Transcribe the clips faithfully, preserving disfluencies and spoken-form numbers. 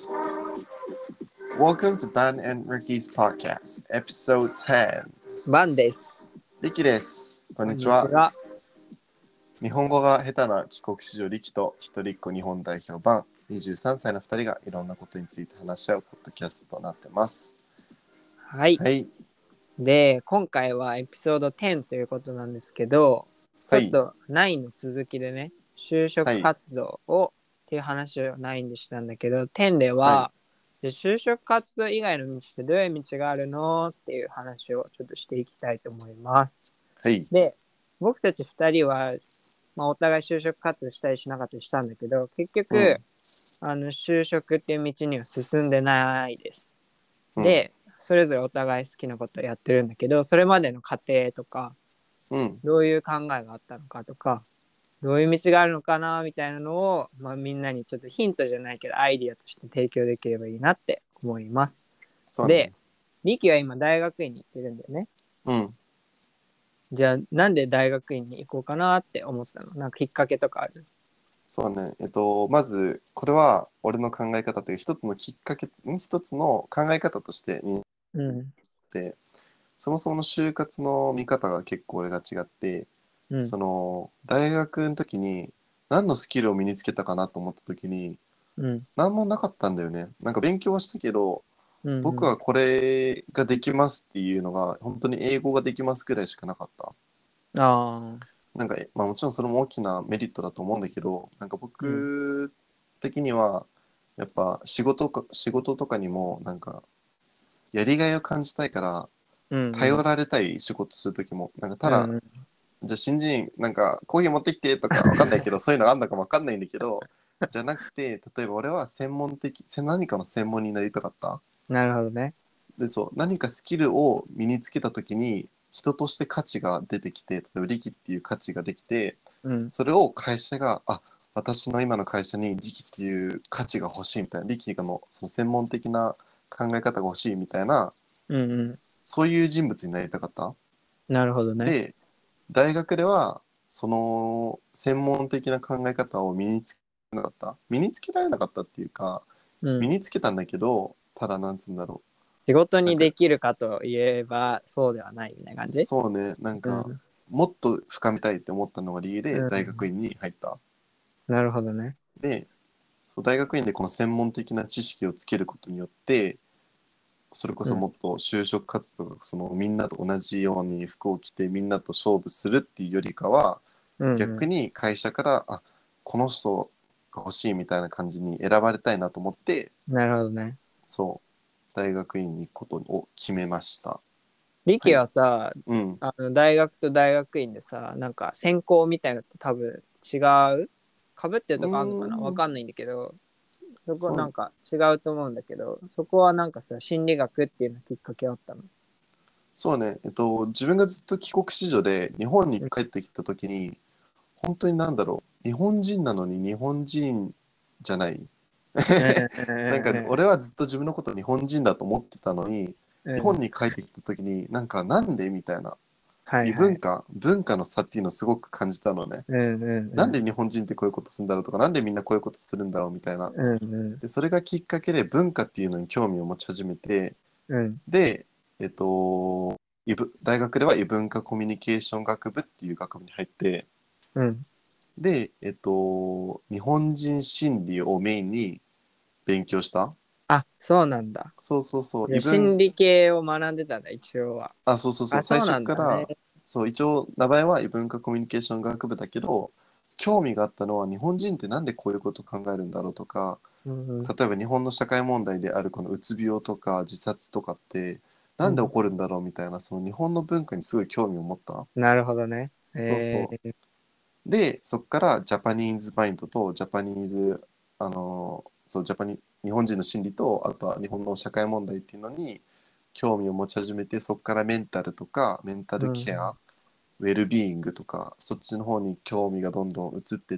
Welcome to Ben and Ricky's podcast, episode ten. バンです。 リキです。こんこにちは。 んにちは。 日本語が下手な帰国子女リキと一人っ子日本代表バン、にじゅうさんさいのふたりがいろんなことについて話し合うポッドキャストとなってます。 はい。 はい。 で、今回はエピソードテンということなんですけど、 はいちょっとナインの続きでね、就職活動を、っていう話をナインでしたんだけど、テンでは、 はで就職活動以外の道ってどういう道があるのっていう話をちょっとしていきたいと思います。 はい。 で、僕たちふたりは、まあ、お互い就職活動したりしなかったりしたんだけど、結局、 うんあの就職っていう道には進んでないです。 うん、 で、それぞれお互い好きなことをやってるんだけど、それまでの過程とか、 うん、 どういう考えがあったのかとか、どういう道があるのかなみたいなのを、まあ、みんなにちょっとヒントじゃないけどアイディアとして提供できればいいなって思います。 そうね。 で、リキは今大学院に行ってるんだよね。 うん。 じゃあなんで大学院に行こうかなって思ったの？なんかきっかけとかある？ そうね。えっと、まず、これは俺の考え方という一つのきっかけ、ん一つの考え方としてにうん。 て、そもそもの就活の見方が結構俺が違って、 うん。 その大学の時に何のスキルを身につけたかなと思った時にうん。 何もなかったんだよね。なんか勉強はしたけど、 うん。 僕はこれができますっていうのが本当に英語ができますくらいしかなかった。 ああ。 なんか、まあ、もちろんそれも大きなメリットだと思うんだけど、なんかうん。 僕的にはやっぱ仕事か仕事とかにもなんかやりがいを感じたいから、 うんうん。 頼られたい仕事する時もなんかただ、 うんうん。 じゃあ新人なんかコーヒー持ってきてとかわかんないけどそういうのがあんのかもわかんないんだけど、じゃなくて例えば俺は専門的せ何かの専門になりたかった。 なるほどね。 でそう何かスキルを身につけた時に人として価値が出てきて、例えば力っていう価値ができて、 うん。 それを会社があ私の今の会社に力っていう価値が欲しいみたいな、力のその専門的な考え方が欲しいみたいな、 うんうん。 そういう人物になりたかった。 なるほどね。 で大学ではその専門的な考え方を身につけなかった身につけられなかったっていうか、 うん。 身につけたんだけど、ただなんつうんだろ仕事う、なんかにできるかといえばそうではないみたいな感じ。 そうね、なんかうん。 もっと深めたいって思ったのが理由でうん。 大学院に入った。 なるほどね。 でそう大学院でこの専門的な知識をつけることによって、それこうん。 そもっと就職活動がそのみんなと同じように服を着てみんなと勝負するっていうよりかは、 うんう逆に会社からあこの人が欲しいみたいな感じに選ばれたいなと思って、 ん。なるほどね。 そう大学院に行くことを決めました。 リキはい。 はさ、 うん。 あの大学と大学院でさ、なんか専攻みたいなのって多分違うかぶってるうとこあるのかな、わーん。 かんないんだけど、そこそうなんか違うと思うんだけど、そこはなんかさ、心理学っていうのきっかけあったの？ そうね。えっと自分がずっと帰国子女で日本に帰ってきた時に、本当になんだろう、日本人なのに日本人じゃない。 うんなんか俺うはずっと自分のこと日本人だと思ってたのに、 んうん。 日本に帰ってきた時になんかなんでみたいな、異文はいはい。 化文化の差っていうのをすごく感じたのね。 うんうんなんうん。 で日本人ってこういうことするんだろうとか、なんでみんなこういうことするんだろうみたいな。 うんうんでそれがきっかけで文化っていうのに興味を持ち始めて、 うん。 でえっと異文大学では異文化コミュニケーション学部っていう学部に入って、 うん。 でえっと日本人心理をメインに勉強した。 あ、そうなんだ。 そうそうそう、 じゃあ異文、 心理系を学んでたんだ、一応は。 あ、そうそうそう、 あ、 最初そうなんだね。 から、そう、一応名前は異文化コミュニケーション学部だけど、興味があったのは日本人ってなんでこういうことを考えるんだろうとか、 うんうん。 例えば日本の社会問題であるこのうつ病とか自殺とかってなんで起うん。 こるんだろうみたいな、その日本の文化にすごい興味を持った。 なるほどね。 そうそえー、 う。で、そこからジャパニーズマインドとジャパニーズ、あの、そう、ジャパニ、日本人の心理と、あとは日本の社会問題っていうのに興味を持ち始めて、そこからメンタルとかメンタルケア、 うん。 ウェルビーイングとかそっちの方に興味がどんどん移ってって、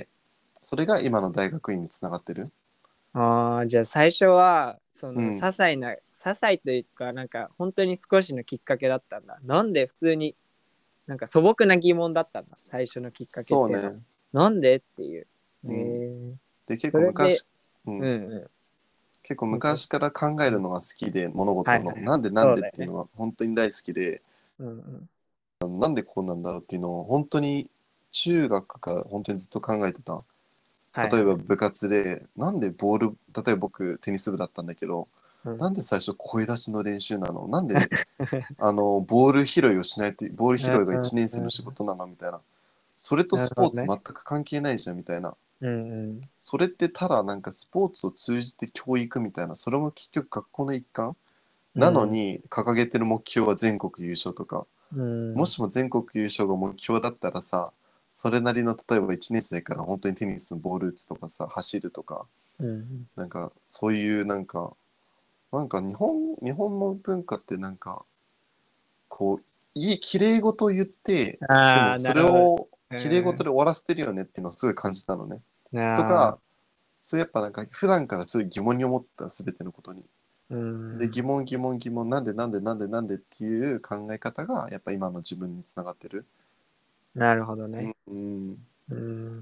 それが今の大学院につながってる。 ああ、じゃあ最初は、その、些うん、 細な、些細というか、なんか、本当に少しのきっかけだったんだ。なんで普通に、なんか素朴な疑問だったんだ。最初のきっかけっていうのは。 そうね。 なんでっていう。えうん、 ー、 で結構それで、 昔、うん、 うんうん。 結構本当。 昔から考えるのが好きで、物事の、 はいはいはい。 なんでなんそうだよね。 でっていうのが本当に大好きで、 うんうん。 なんでこうなんだろうっていうのを本当に中学から本当にずっと考えてた。 はいはい。 例えば部活で、なんでボール、例えば僕テニス部だったんだけど、 うん。 なんで最初声出しの練習なの、なんであのボール拾いをしないと、ボール拾いがうんうんいちねん生の仕うん。 事なのみたいな。それとなスるほどね。 ポーツ全く関係ないじゃんみたいな。 うんうん。 それってただなんかスポーツを通じて教育みたいな、それも結局学校の一環なのうんに掲げてる目標は全国優勝とか、 うん。 もしも全国優勝が目標だったらさ、それなりの例えばいちねん生から本当にテニスのボール打つとかさ、走るとか、 うん。 なんかそういうなんか、なんか日本、日本の文化ってなんか、こう、いい、綺麗事を言って、でああ、 もそなるほど。 れをう綺麗事ん。 で終わらせてるよねっていうのをすごい感じたのね。とか、 ああ、 そうやっぱなんか普段からそういう疑問に思った全てのことに。 うで、疑ん。 問疑問疑問、なんでなんでなんでなんでっていう考え方がやっぱ今の自分につながってる。 なるほどうん、 ね。 うん、 うん。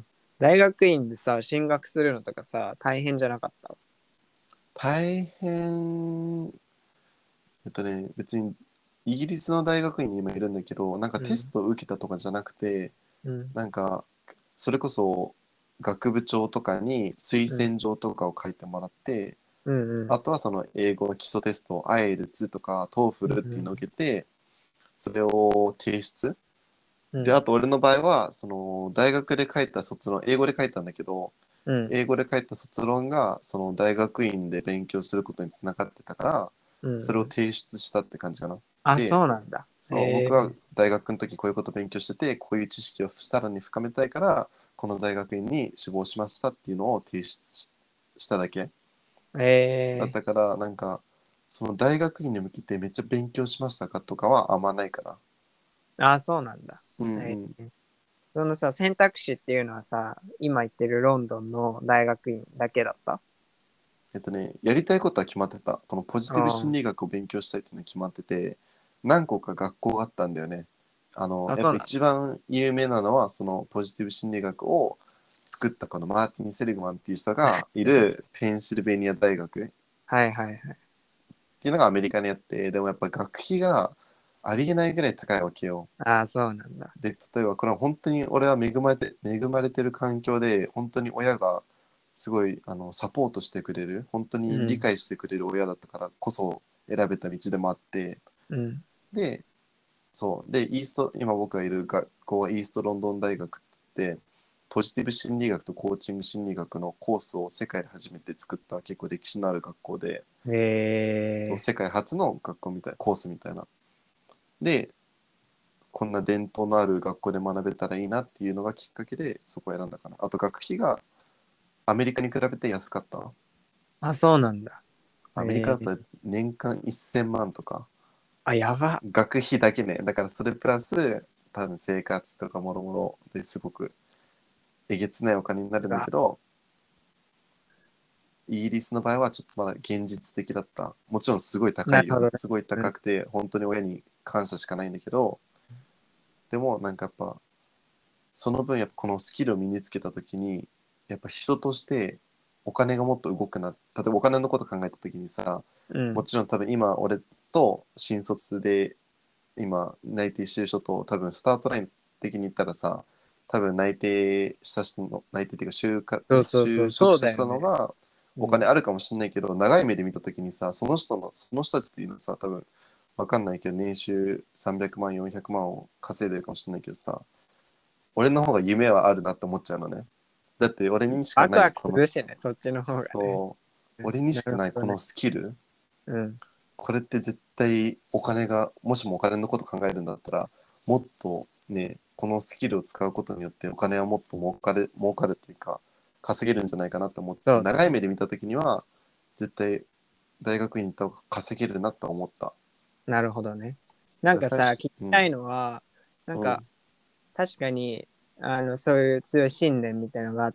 大学院でさ、進学するのとかさ、大変じゃなかった？ 大変、えっとね、別にイギリスの大学院に今いるんだけど、なんかうん。 テストを受けたとかじゃなくて、 うん。 なんかそれこそ学部長とかに推うん。 薦状とかを書いてもらって、 うんうん。 あとはその英語の基礎テスト、アイエルツ とか トーフル っていうのをうん。 受けて、それを提出。で、 うん。 あと俺の場合は、その大学で書いた卒論、英語で書いたんだけど、 うん。 英語で書いた卒論がその大学院で勉強することにつながってたから、それをうん。 提出したって感じかな。 あ、 で、 そうなんだ。 そう、僕はええ。 大学の時こういうこと勉強してて、こういう知識をさらに深めたいから、この大学院に志望しましたっていうのを提出ししただけだっええ。 たから、なんか、その大学院に向けてめっちゃ勉強しましたかとかはあんまないかな。 あ、そうなんだ。 うんうん。 ええ。そのさ、選択肢っていうのはさ、今言ってるロンドンの大学院だけだった？ えっとね、やりたいことは決まってた。このポジティブ心あ理学を勉強したいっていうのは決まってて、何個か学校があったんだよね。あの、 あ、 やっぱそうなんだ。 一番有名なのは、そのポジティブ心理学を作ったこのマーティン・セリグマンっていう人がいるペンシルベニア大学っはいはいはい。 ていうのがアメリカにあって、でもやっぱ学費がありえないぐらい高いわけよ。 ああ、そうなんだ。 で、例えばこれは本当に俺は恵まれて、恵まれてる環境で、本当に親がすごいあのサポートしてくれる、本当に理うん。 解してくれる親だったからこそ選べた道でもあって、 うん。 で、そう。で、イースト、今僕がいる学校はイーストロンドン大学って言って、ポジティブ心理学とコーチング心理学のコースを世界で初めて作った結構歴史のある学校で、そうええ。 世界初の学校みたいな、コースみたいな。で、こんな伝統のある学校で学べたらいいなっていうのがきっかけでそこを選んだかな。あと学費がアメリカに比べて安かった。 あ、そうなんだ。 アメリカええ。 だったら年間せんまんとか。 あ、やば。 学費だけね。だからそれプラス多分生活とかもろもろですごくえげつないお金になるんだけど、イギリスの場合はちょっとまだ現実的だった。もちろんすごい高いよ。 なるほどね。 すごいうん。 高くて本当に親に感謝しかないんだけど、でもなんかやっぱその分やっぱこのスキルを身につけた時にやっぱ人としてお金がもっと動くな。例えばお金のこと考えた時にさ、 うん。 もちろん多分今俺と新卒で今内定してる人と多分スタートライン的に言ったらさ、多分内定した人の内定っていうか就活そうそうそう、そう就職しただよね。 人のがお金うん。 あるかもしれないけど、長い目で見た時にさ、その人のその人たちっていうのはさ、多分わかんないけど年収さんびゃくまんよんひゃくまんを稼いでるかもしれないけどさ、俺の方が夢はあるなって思っちゃうのね。だって俺にしかワクワクないこの、 するしね、そっちの方がね。 そう、 うん。 俺にしなかないこのるほどね。 スキル、 うん。 これって絶対お金が、もしもお金のこと考えるんだったら、もっとね、このスキルを使うことによってお金はもっと儲かる、儲かるっていうか、稼げるんじゃないかなと思って、 そうだね。 長い目で見たときには、絶対大学院行った方が稼げるなと思った。 なるほどね。なんかさ、聞最初、 きたいうん、 のは、なんかうん、 確かに、あの、そういう強い信念みたいなのがあって、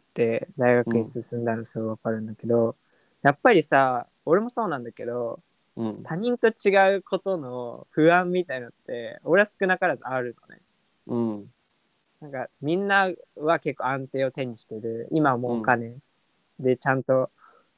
大うん、 学に進んだのすごいわかるんだけど、やっぱりさ、俺もそうなんだけど、 うん、 他人と違うことの不安みたいのって、俺は少なからずあるのね。 うん、 なんか、みんなは結構安定を手にしてる。今はもうん、 うお金でちゃんと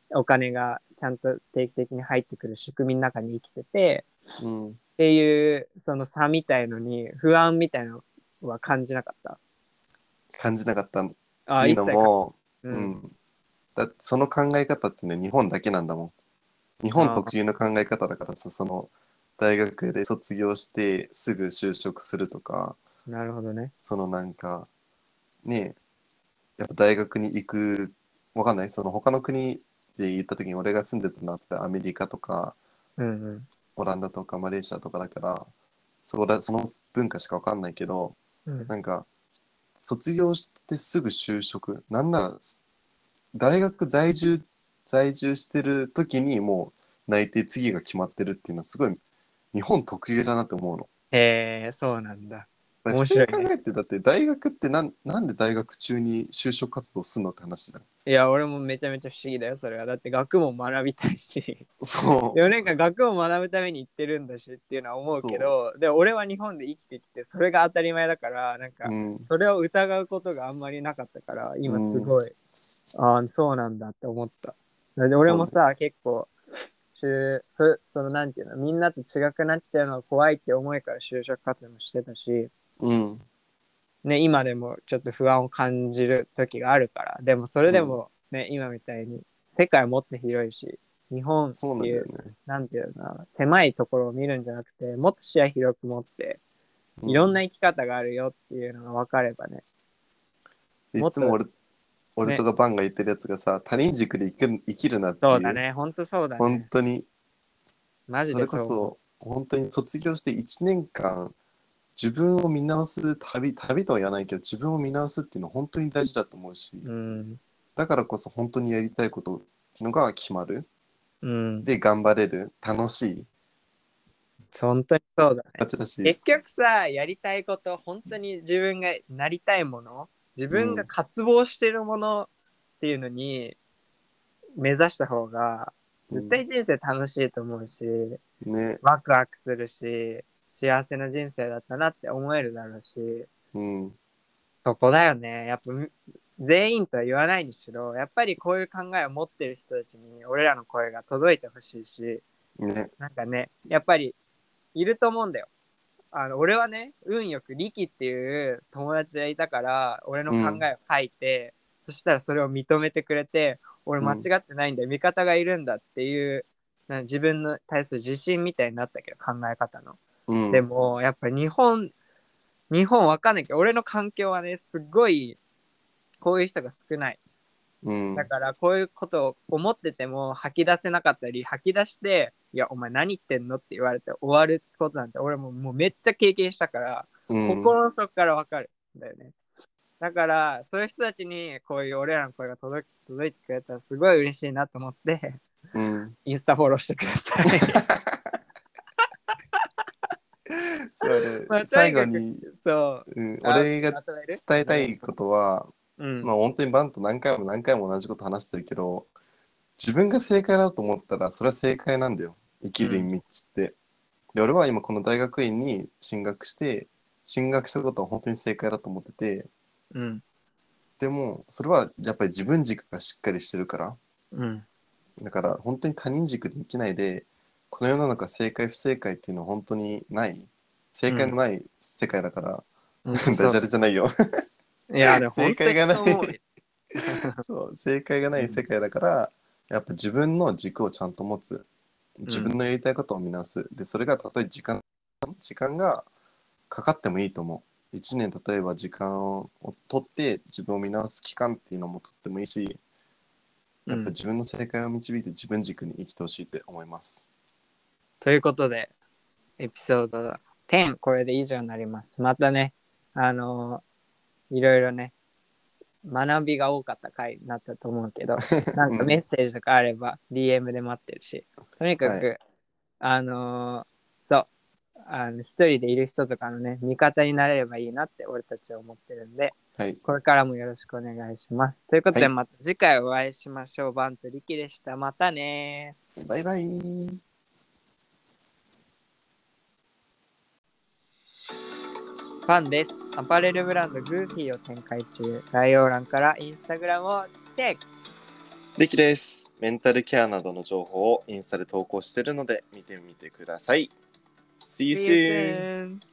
お金がちゃんと定期的に入ってくる仕組みの中に生きててうん、 っていうその差みたいのに不安みたいなのは感じなかった。 感じなかったっああ、 ていうの一切か。 も、 うん。 うん、だその考え方っていうのは日本だけなんだもん。日本ああ、 特有の考え方だからさ、その大学で卒業してすぐ就職するとか、 なるほどね。 そのなんかね、やっぱ大学に行く、わかんない、その他の国で行った時に俺が住んでたのってアメリカとかうんうん。 オランダとかマレーシアとかだから、そこだその文化しかわかんないけど、 うん、 なんか卒業してすぐ就職、なんなら大学在住在住してる時にもう内定次が決まってるっていうのはすごい日本特有だなって思うの。 へえ、そうなんだ。 だから普通に面白いね。 考えて、だって大学ってなんなんで大学中に就職活動すんのって話だよ。 いや、俺もめちゃめちゃ不思議だよ、それは。だって学問学びたいし、 そよねんかん学問学ぶために行ってるんだしっていうのはう、 思うけそど、で、俺は日本で生きてきて、それが当たり前だから、なんう、 か、 うん、 それを疑うことがあんまりなかったから、 う今すん、 ごい、ああ、そうなんだって思った。で、俺そうね。 もさ、結構、就そそのなんていうの、みんなと違くなっちゃうのが怖いって思いから就職活動もしてたし、 うん、 ね、今でもちょっと不安を感じる時があるから、でもそれうん、 でもね、今みたいに世界もっと広いし、日本っそうなていう、 んだよね。 なんていうのかな、狭いところを見るんじゃなくて、もっと視野広く持って、いろんうん。 な生き方があるよっていうのが分かればね、もっといつも俺、俺とね、 かバンが言ってるやつがさ、他人軸で生きる、生きるなっていう、 そうだね、ほんとそうだね。 本当に、 マジそれこでそう思そ、本当に卒業していちねんかん、自分を見直す旅、旅とは言わないけど、自分を見直すっていうのは本当に大事だと思うし、 う。うん、 だからこそ本当にやりたいことっていうのが決まる。 うん、 で、頑張れる。楽しい。 本当にそうだね。 あっちだし、 結局さ、やりたいこと、本当に自分がなりたいもの、自分がうん、 渇望してるものっていうのに目指した方が、絶うん、 対人生楽しいと思うし、 ね、 ワクワクするし、幸せな人生だったなって思えるだろうし、 うん、 そこだよね。やっぱ全員とは言わないにしろ、やっぱりこういう考えを持ってる人たちに俺らの声が届いてほしいし、 ね、 なんかね、やっぱりいると思うんだよ。あの俺はね、運よくリキっていう友達がいたから俺のうん、 考えを書いて、そしたらそれを認めてくれて、俺間違うん、 ってないんだよ、味方がいるんだっていう、な自分の対する自信みたいになったけど、考え方の。でうん、 もやっぱ日本日本わかんないけど、俺の環境はね、すっごいこういう人が少ない。 うん、 だからこういうことを思ってても吐き出せなかったり、吐き出して、いや、お前何言ってんのって言われて終わることなんて、俺ももうめっちゃ経験したから、 うん、 心の底からわかるんだよね。だから、そういう人たちにこういう俺らの声が届届いてくれたらすごい嬉しいなと思って、 うん。 インスタフォローしてください。 そうね、 まあ、とにかく、 最後に、 そう。 うん、 あ、 俺がまとめる伝えたいお願いします。 ことは、 うん。 まあ本当にバンと何回も何回も同じこと話してるけど、自分が正解だと思ったらそれは正解なんだよ。生きる意うん。 味って。で、俺は今この大学院に進学して、進学したことは本当に正解だと思ってて、 うん。 でもそれはやっぱり自分軸がしっかりしてるから。 うん。 だから本当に他人軸で生きないで、この世の中正解不正解っていうのは本当にない。正うん。 解のない世界だから、 ほんとダジャそう。 レじゃないよ。 いや、でも正本当に解がない。 そう思うよ。 そう、正解がなうん。 い世界だから、やっぱ自分の軸をちゃんと持つ。 うん。 自分のやりたいことを見直す。で、それがたとえ時間、時間がかかってもいいと思う。いちねん例えば時間を取って自分を見直す期間っていうのもとってもいいし、やっぱうん。 自分の正解を導いて自分軸に生きてほしいって思います。 ということで、エピソードじゅうこれで以上になります。またね、あのーいろいろね、学びが多かった回になったと思うけど、なんかメッうん。 セージとかあれば ディーエム で待ってるし、とにかはい。 く、あのーそう、あの一人でいる人とかのね、味方になれればいいなって俺たちは思ってるんで、 はい。 これからもよろしくお願いします。ということで、 はい。 また次回お会いしましょう。バンとリキでした。またね。 バイバイ。 パンです。アパレルブランドグーフィーを展開中。概要欄からインスタグラムをチェック。 リキです。メンタルケアなどの情報をインスタで投稿しているので見てみてください。See you See you soon! soon!